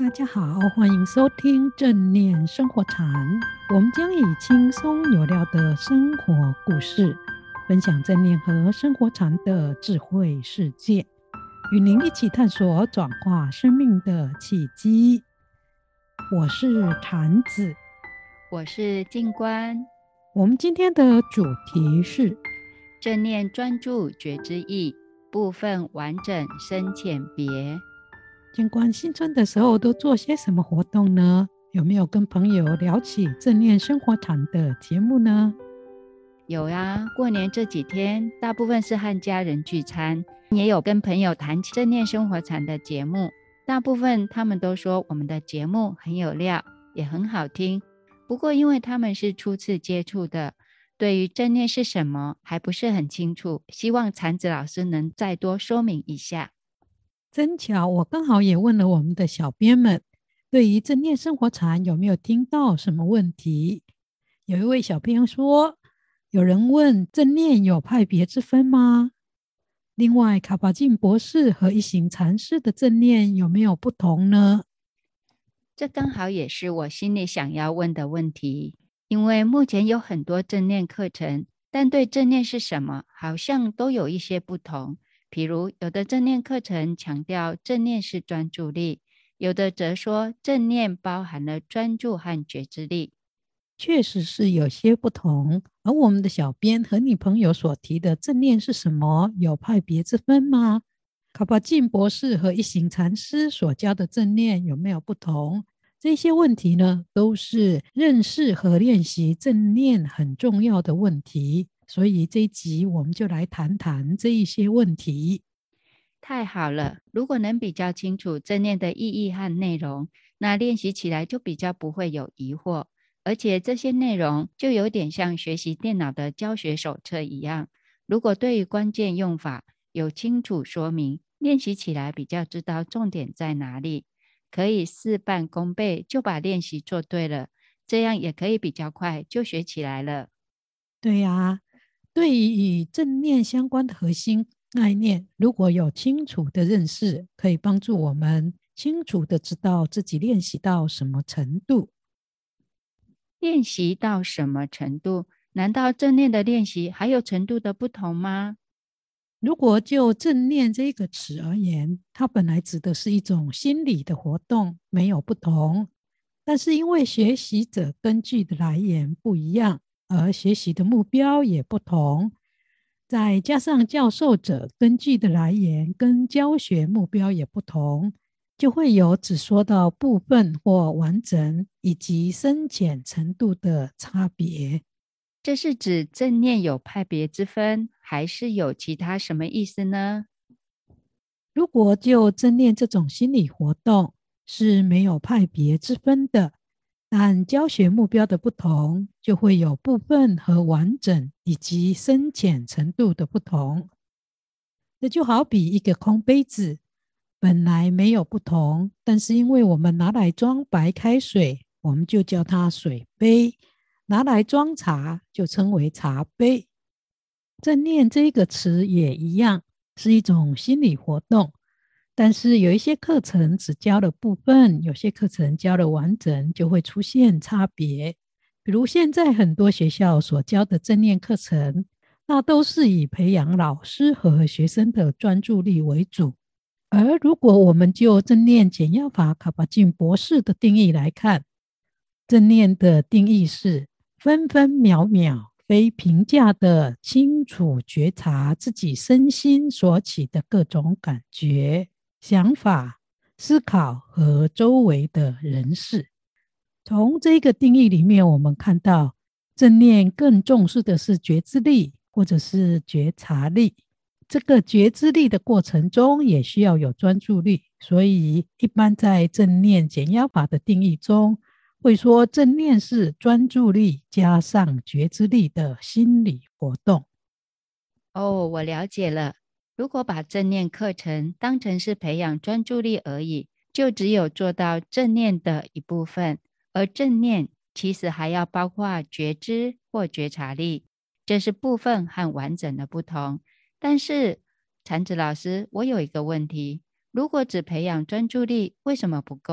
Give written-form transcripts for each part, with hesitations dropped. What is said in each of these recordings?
大家好，欢迎收听正念生活禅。我们将以轻松有料的生活故事，分享正念和生活禅的智慧世界，与您一起探索转化生命的契机。我是禅子， 我是静观。 我们今天的主题是正念专注觉知意，部分完整深浅别。 静观新春的时候都做些什么活动呢？有没有跟朋友聊起正念生活禅的节目呢？ 有啊，过年这几天大部分是和家人聚餐，也有跟朋友谈正念生活禅的节目。大部分他们都说我们的节目很有料，也很好听。不过因为他们是初次接触的，对于正念是什么还不是很清楚，希望禅子老师能再多说明一下。 真巧，我刚好也问了我们的小编们，对于正念生活禅有没有听到什么问题？有一位小编说，有人问正念有派别之分吗？另外，卡巴金博士和一行禅师的正念有没有不同呢？ 这刚好也是我心里想要问的问题，因为目前有很多正念课程，但对正念是什么，好像都有一些不同。譬如，有的正念课程强调正念是专注力，有的则说正念包含了专注和觉知力。 确实是有些不同。而我们的小编和你朋友所提的正念是什么，有派别之分吗？卡巴金博士和一行禅师所教的正念有没有不同？这些问题呢，都是认识和练习正念很重要的问题。所以这一集我们就来谈谈这一些问题。 太好了，如果能比较清楚正念的意义和内容，那练习起来就比较不会有疑惑。而且这些内容就有点像学习电脑的教学手册一样，如果对于关键用法有清楚说明，练习起来比较知道重点在哪里，可以事半功倍就把练习做对了，这样也可以比较快就学起来了。 对呀，对于与正念相关的核心概念，如果有清楚的认识，可以帮助我们清楚的知道自己练习到什么程度。 练习到什么程度？难道正念的练习还有程度的不同吗？ 如果就正念这个词而言，它本来指的是一种心理的活动，没有不同。但是因为学习者根据的来源不一样，而学习的目标也不同，再加上教授者根据的来源跟教学目标也不同，就会有只说到部分或完整以及深浅程度的差别。 这是指正念有派别之分，还是有其他什么意思呢？ 如果就正念这种心理活动是没有派别之分的，但教学目标的不同，就会有部分和完整以及深浅程度的不同。这就好比一个空杯子，本来没有不同，但是因为我们拿来装白开水，我们就叫它水杯；拿来装茶，就称为茶杯。正念这个词也一样，是一种心理活动，但是有一些课程只教了部分，有些课程教了完整，就会出现差别。比如现在很多学校所教的正念课程，那都是以培养老师和学生的专注力为主。而如果我们就正念减压法卡巴金博士的定义来看，正念的定义是分分秒秒非评价的清楚觉察自己身心所起的各种感觉、想法、思考和周围的人事。从这个定义里面，我们看到正念更重视的是觉知力或者是觉察力。这个觉知力的过程中，也需要有专注力，所以一般在正念减压法的定义中，会说正念是专注力加上觉知力的心理活动。 哦，我了解了。如果把正念课程当成是培养专注力而已，就只有做到正念的一部分，而正念其实还要包括觉知或觉察力，这是部分和完整的不同。但是，禅子老师，我有一个问题：如果只培养专注力，为什么不够？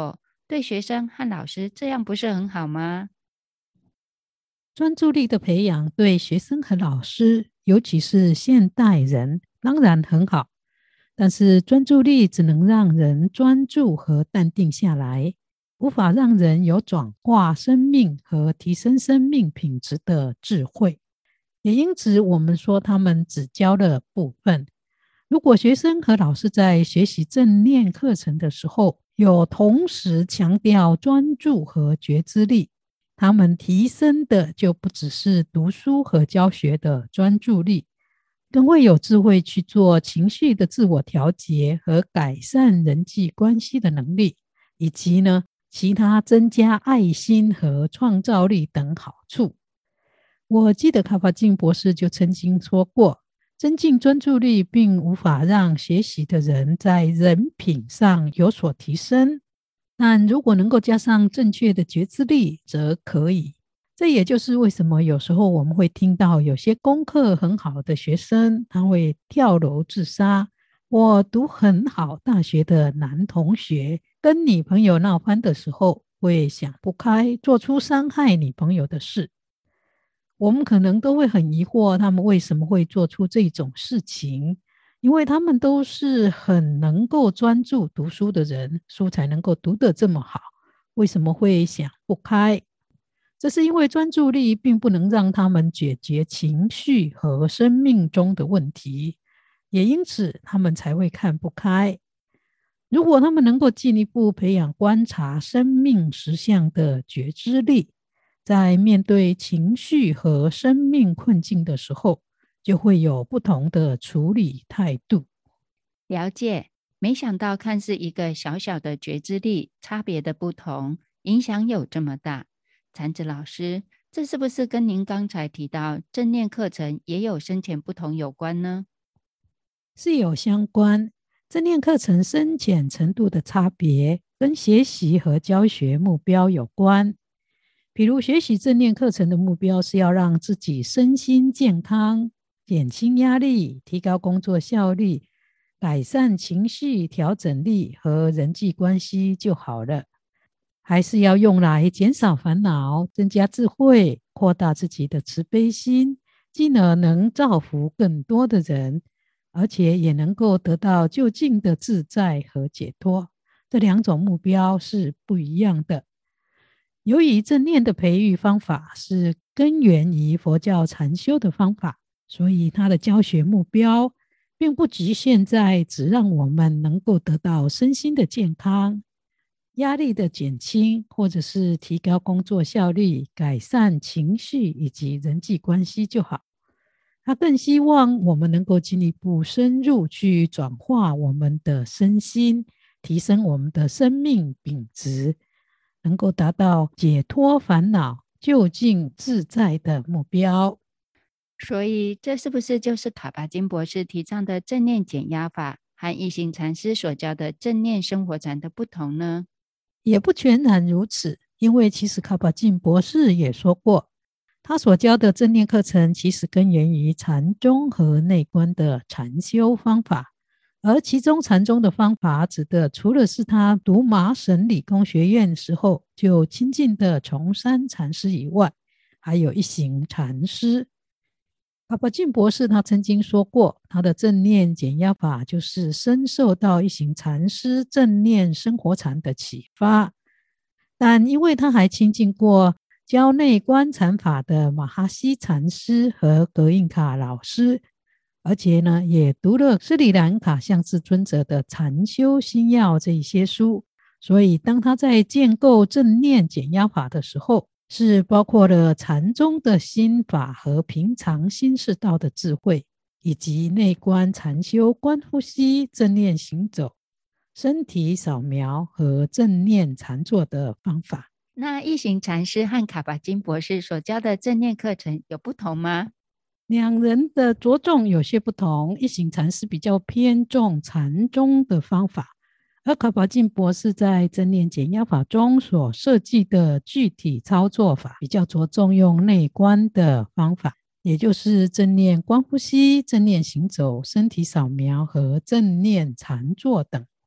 对学生和老师这样不是很好吗？ 专注力的培养对学生和老师，尤其是现代人，当然很好。但是专注力只能让人专注和淡定下来，无法让人有转化生命和提升生命品质的智慧。也因此，我们说他们只教了部分。如果学生和老师在学习正念课程的时候，有同时强调专注和觉知力，他们提升的就不只是读书和教学的专注力，更会有智慧去做情绪的自我调节和改善人际关系的能力，以及其他增加爱心和创造力等好处。我记得卡巴金博士就曾经说过，增进专注力并无法让学习的人在人品上有所提升，但如果能够加上正确的觉知力，则可以。这也就是为什么有时候我们会听到有些功课很好的学生，他会跳楼自杀；或读很好大学的男同学，跟女朋友闹翻的时候，会想不开，做出伤害女朋友的事。我们可能都会很疑惑，他们为什么会做出这种事情？因为他们都是很能够专注读书的人，书才能够读得这么好，为什么会想不开？这是因为专注力并不能让他们解决情绪和生命中的问题，也因此他们才会看不开。如果他们能够进一步培养观察生命实相的觉知力，在面对情绪和生命困境的时候，就会有不同的处理态度。 了解，没想到看似一个小小的觉知力差别的不同，影响有这么大。禅子老师，这是不是跟您刚才提到正念课程也有深浅不同有关呢？ 是有相关。正念课程深浅程度的差别，跟学习和教学目标有关。比如，学习正念课程的目标是要让自己身心健康、减轻压力、提高工作效率、改善情绪调整力和人际关系就好了。还是要用来减少烦恼、增加智慧、扩大自己的慈悲心，进而能造福更多的人，而且也能够得到就近的自在和解脱。这两种目标是不一样的。由于正念的培育方法是根源于佛教禅修的方法，所以它的教学目标并不局限在只让我们能够得到身心的健康、压力的减轻，或者是提高工作效率、改善情绪以及人际关系就好。他更希望我们能够进一步深入去转化我们的身心，提升我们的生命品质，能够达到解脱烦恼、就近自在的目标。 所以，这是不是就是卡巴金博士提倡的正念减压法和一行禅师所教的正念生活禅的不同呢？ 也不全然如此，因为其实卡巴金博士也说过，他所教的正念课程其实根源于禅宗和内观的禅修方法，而其中禅宗的方法指的，除了是他读麻省理工学院时候就亲近的崇山禅师以外，还有一行禅师。卡巴金博士他曾经说过，他的正念减压法就是深受到一行禅师正念生活禅的启发，但因为他还亲近过教内观禅法的马哈西禅师和格印卡老师，而且也读了斯里兰卡象智尊者的禅修心要这一些书，所以当他在建构正念减压法的时候，是包括了禅宗的心法和平常心是道的智慧，以及内观禅修、观呼吸、正念行走、身体扫描和正念禅坐的方法。 那一行禅师和卡巴金博士所教的正念课程有不同吗？ 两人的着重有些不同，一行禅师比较偏重禅宗的方法，而卡巴金博士在正念减压法中所设计的具体操作法，比较着重用内观的方法，也就是正念观呼吸、正念行走、身体扫描和正念禅坐等。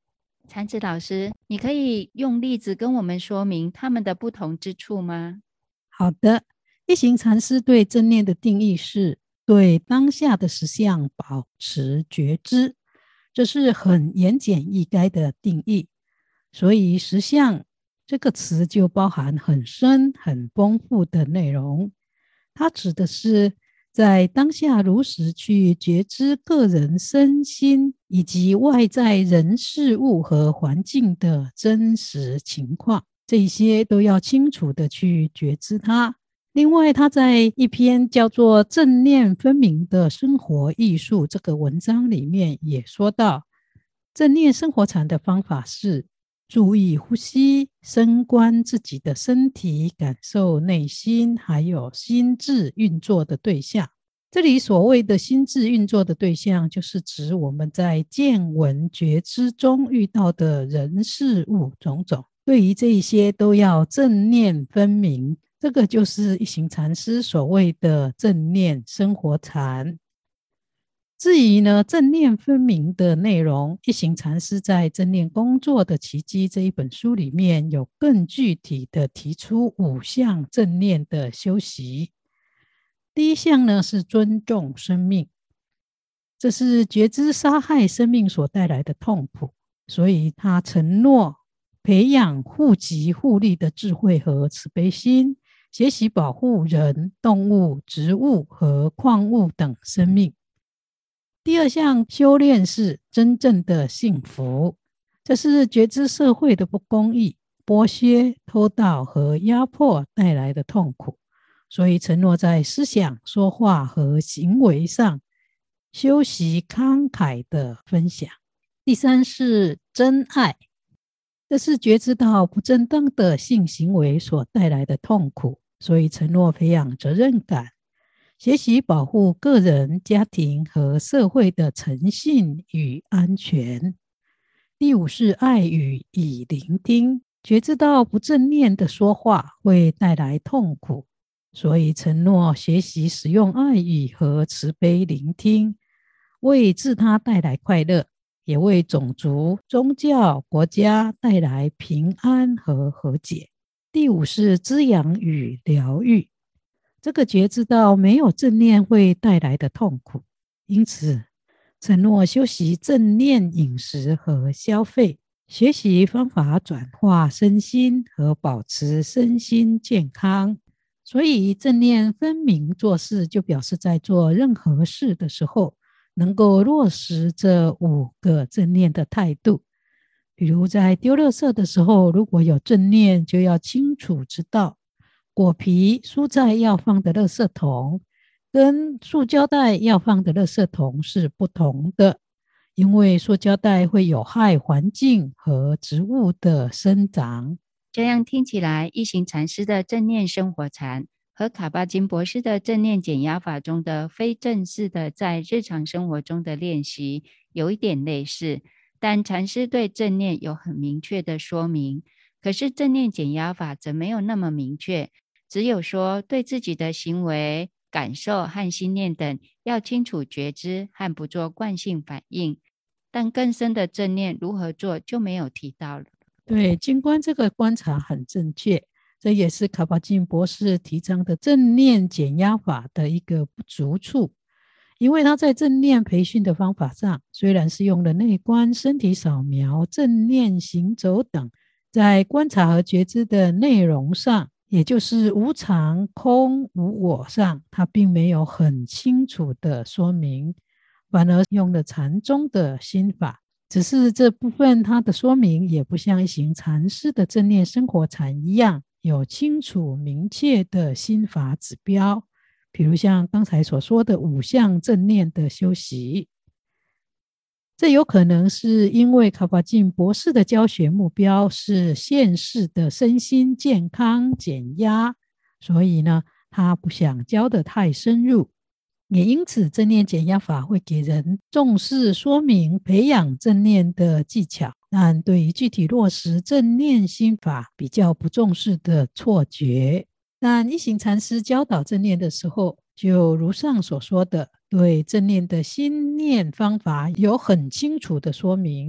禅子老师，你可以用例子跟我们说明他们的不同之处吗？ 好的，一行禅师对正念的定义是对当下的实相保持觉知，这是很言简意赅的定义。所以实相这个词就包含很深很丰富的内容，它指的是在当下如实去觉知个人身心以及外在人事物和环境的真实情况，这些都要清楚的去觉知它。另外，他在一篇叫做《正念分明的生活艺术》这个文章里面也说到，正念生活禅的方法是注意呼吸，深观自己的身体，感受内心，还有心智运作的对象。这里所谓的心智运作的对象，就是指我们在见闻觉知中遇到的人事物种种。对于这一些都要正念分明，这个就是一行禅师所谓的正念生活禅。至于呢，正念分明的内容，一行禅师在《正念工作的奇迹》这一本书里面有更具体的提出5项正念的修习。第一项呢是尊重生命，这是觉知杀害生命所带来的痛苦，所以他承诺培养护己护利的智慧和慈悲心，学习保护人、动物、植物和矿物等生命。第二项修炼是真正的幸福，这是觉知社会的不公义、剥削、偷盗和压迫带来的痛苦，所以承诺在思想、说话和行为上修习慷慨的分享。第三是真爱，这是觉知到不正当的性行为所带来的痛苦，所以承诺培养责任感，学习保护个人、家庭和社会的诚信与安全。第五是爱语以聆听，觉知到不正念的说话会带来痛苦，所以承诺学习使用爱语和慈悲聆听，为自他带来快乐，也为种族、宗教、国家带来平安和和解。第五是滋养与疗愈，这个觉知到没有正念会带来的痛苦，因此承诺修习正念饮食和消费，学习方法转化身心和保持身心健康。所以正念分明做事，就表示在做任何事的时候，能够落实这5个正念的态度。比如在丢垃圾的时候，如果有正念，就要清楚知道果皮、蔬菜要放的垃圾桶跟塑胶袋要放的垃圾桶是不同的，因为塑胶袋会有害环境和植物的生长。 这样听起来，一行禅师的正念生活禅和卡巴金博士的正念减压法中的非正式的在日常生活中的练习有一点类似，但禅师对正念有很明确的说明，可是正念减压法则没有那么明确，只有说对自己的行为、感受和心念等要清楚觉知和不做惯性反应，但更深的正念如何做就没有提到了。 对，尽管这个观察很正确，这也是卡巴金博士提倡的正念减压法的一个不足处。因为他在正念培训的方法上，虽然是用了内观、身体扫描、正念行走等，在观察和觉知的内容上，也就是无常、空、无我上，他并没有很清楚的说明，反而用了禅宗的心法。只是这部分它的说明也不像一行禅师的正念生活禅一样，有清楚明确的心法指标。比如像刚才所说的5项正念的修习，这有可能是因为卡巴金博士的教学目标是现世的身心健康减压，所以呢，他不想教得太深入，也因此正念减压法会给人重视说明培养正念的技巧，但对于具体落实正念心法比较不重视的错觉。但一行禅师教导正念的时候，就如上所说的，对正念的心念方法有很清楚的说明，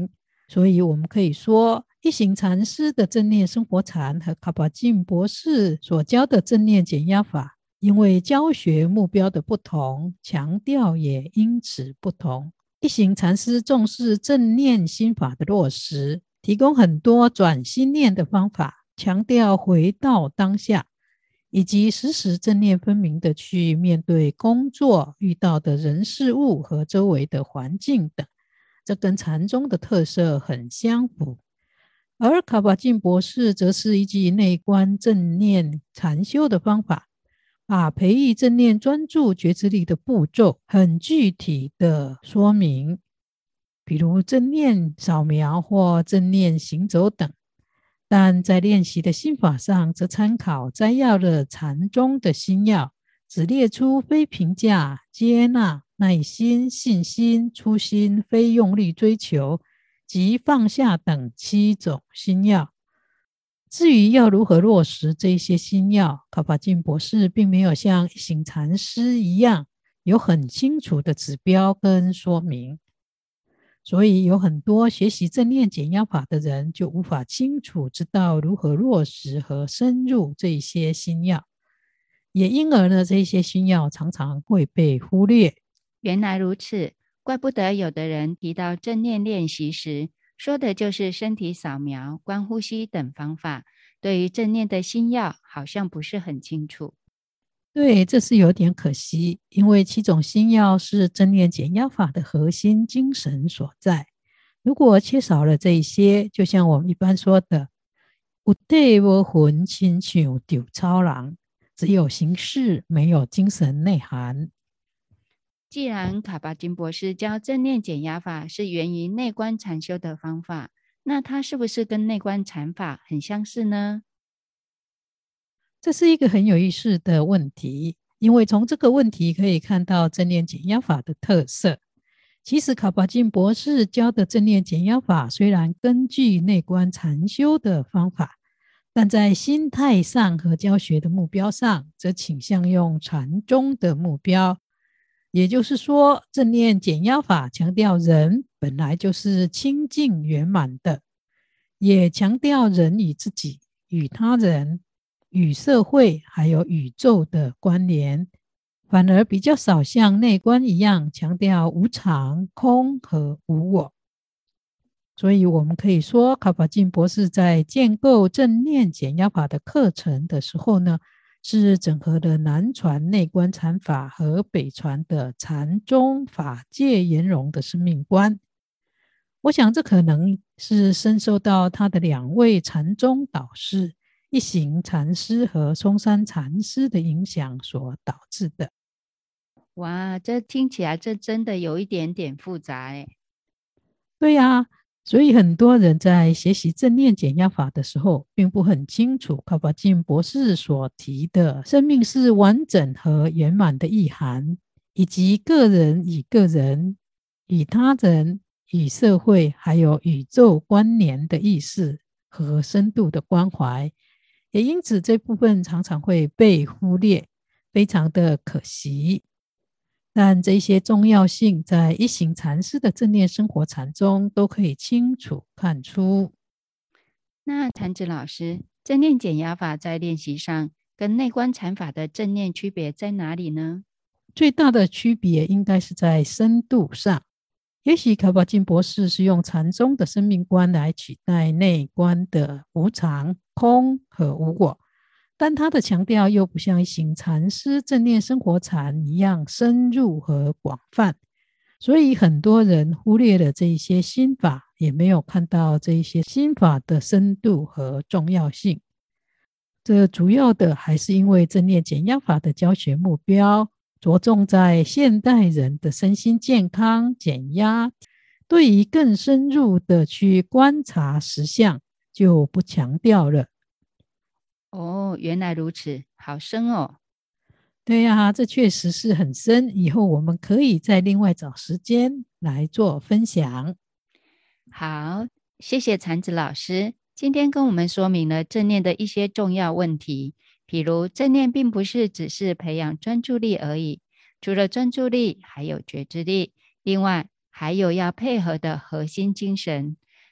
所以我们可以说，一行禅师的正念生活禅和卡巴金博士所教的正念减压法，因为教学目标的不同，强调也因此不同。一行禅师重视正念心法的落实，提供很多转心念的方法，强调回到当下，以及时时正念分明的去面对工作遇到的人事物和周围的环境等。这跟禅宗的特色很相符。而卡巴金博士则是依据内观正念禅修的方法，把培育正念专注觉知力的步骤很具体的说明，比如正念扫描或正念行走等。但在练习的心法上，则参考摘要了禅宗的心要，只列出非评价、接纳、耐心、信心、初心、非用力追求及放下等7种心要。至于要如何落实这些心要，卡巴金博士并没有像一行禅师一样有很清楚的指标跟说明，所以有很多学习正念减压法的人就无法清楚知道如何落实和深入这些心要，也因而呢，这些心要常常会被忽略。 原来如此，怪不得有的人提到正念练习时，说的就是身体扫描、观呼吸等方法，对于正念的心要好像不是很清楚。 对，这是有点可惜，因为7种心要是正念减压法的核心精神所在。如果缺少了这一些，就像我们一般说的“有体无魂，亲像丢超人”，只有形式，没有精神内涵。 既然卡巴金博士教正念减压法是源于内观禅修的方法，那它是不是跟内观禅法很相似呢？ 这是一个很有意思的问题，因为从这个问题可以看到正念减压法的特色。其实卡巴金博士教的正念减压法虽然根据内观禅修的方法，但在心态上和教学的目标上，则倾向用禅宗的目标。也就是说，正念减压法强调人本来就是清净圆满的，也强调人与自己、与他人、与社会还有宇宙的关联，反而比较少像内观一样强调无常、空和无我。所以我们可以说，卡巴金博士在建构正念减压法的课程的时候呢，是整合了南传内观禅法和北传的禅宗法界圆融的生命观。我想这可能是深受到他的2位禅宗导师一行禅师和嵩山禅师的影响所导致的。 哇，这听起来这真的有一点点复杂诶。 对呀，所以很多人在学习正念减压法的时候，并不很清楚卡巴金博士所提的生命是完整和圆满的意涵，以及个人与个人、与他人、与社会还有宇宙关联的意识和深度的关怀，也因此这部分常常会被忽略，非常的可惜。但这些重要性在一行禅师的正念生活禅中都可以清楚看出。 那禅子老师，正念减压法在练习上跟内观禅法的正念区别在哪里呢？ 最大的区别应该是在深度上。也许卡巴金博士是用禅宗的生命观来取代内观的无常、空和无我，但他的强调又不像一行禅师正念生活禅一样深入和广泛，所以很多人忽略了这一些心法，也没有看到这一些心法的深度和重要性。这主要的还是因为正念减压法的教学目标着重在现代人的身心健康减压，对于更深入的去观察实相就不强调了。 哦，原来如此，好深哦。 对呀，这确实是很深，以后我们可以再另外找时间来做分享。 好，谢谢禅子老师，今天跟我们说明了正念的一些重要问题，譬如正念并不是只是培养专注力而已，除了专注力，还有觉知力，另外还有要配合的核心精神。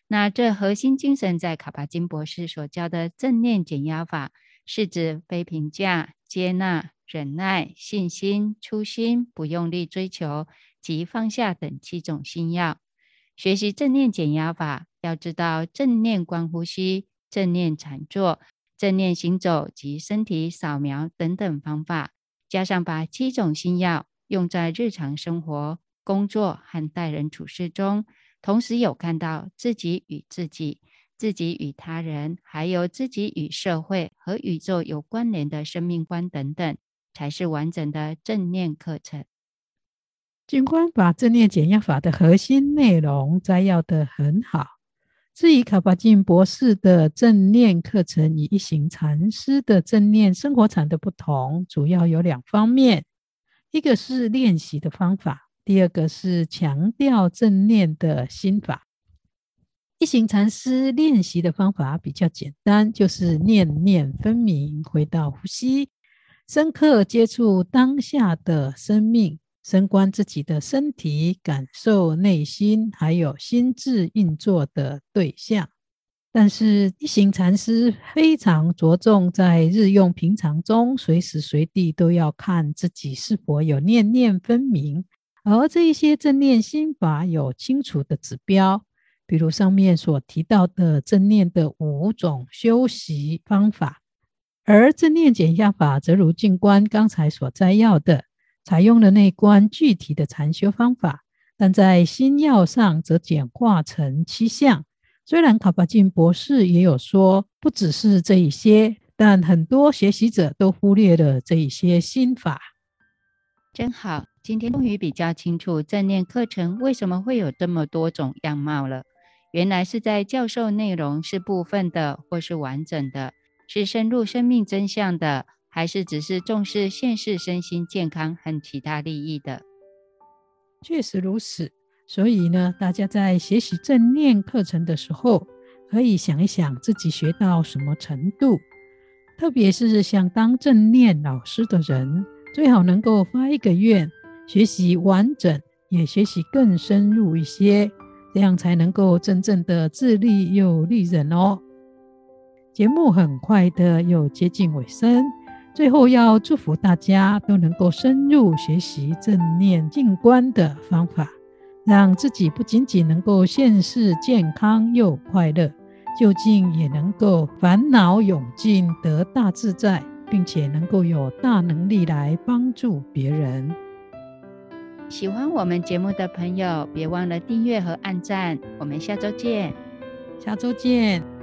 那这核心精神在卡巴金博士所教的正念减压法，是指非评价、接纳、忍耐、信心、初心、不用力追求及放下等7种心要。学习正念减压法，要知道正念观呼吸、正念禅坐、正念行走及身体扫描等等方法，加上把7种心要用在日常生活、工作和待人处事中，同时有看到自己与自己、自己与他人，还有自己与社会和宇宙有关联的生命观等等，才是完整的正念课程。 军官把正念减压法的核心内容摘要得很好。至于卡巴金博士的正念课程与一行禅师的正念生活禅的不同，主要有2方面，一个是练习的方法，第二个是强调正念的心法。一行禅师练习的方法比较简单，就是念念分明，回到呼吸，深刻接触当下的生命，深观自己的身体，感受内心还有心智运作的对象。但是一行禅师非常着重在日用平常中，随时随地都要看自己是否有念念分明，而这一些正念心法有清楚的指标，比如上面所提到的正念的5种修习方法。而正念减压法则如静观刚才所摘要的，采用了内观具体的禅修方法，但在心要上则简化成7项。虽然卡巴金博士也有说不只是这一些，但很多学习者都忽略了这一些心法。 真好，今天终于比较清楚正念课程为什么会有这么多种样貌了。原来是在教授内容是部分的或是完整的，是深入生命真相的，还是只是重视现世身心健康和其他利益的。 确实如此，所以呢，大家在学习正念课程的时候，可以想一想自己学到什么程度，特别是想当正念老师的人，最好能够发一个愿，学习完整，也学习更深入一些，这样才能够真正的自利又利人哦。节目很快的又接近尾声，最后要祝福大家都能够深入学习正念静观的方法，让自己不仅仅能够现世健康又快乐，就近也能够烦恼永尽得大自在，并且能够有大能力来帮助别人。 喜欢我们节目的朋友，别忘了订阅和按赞。我们下周见。 下周见。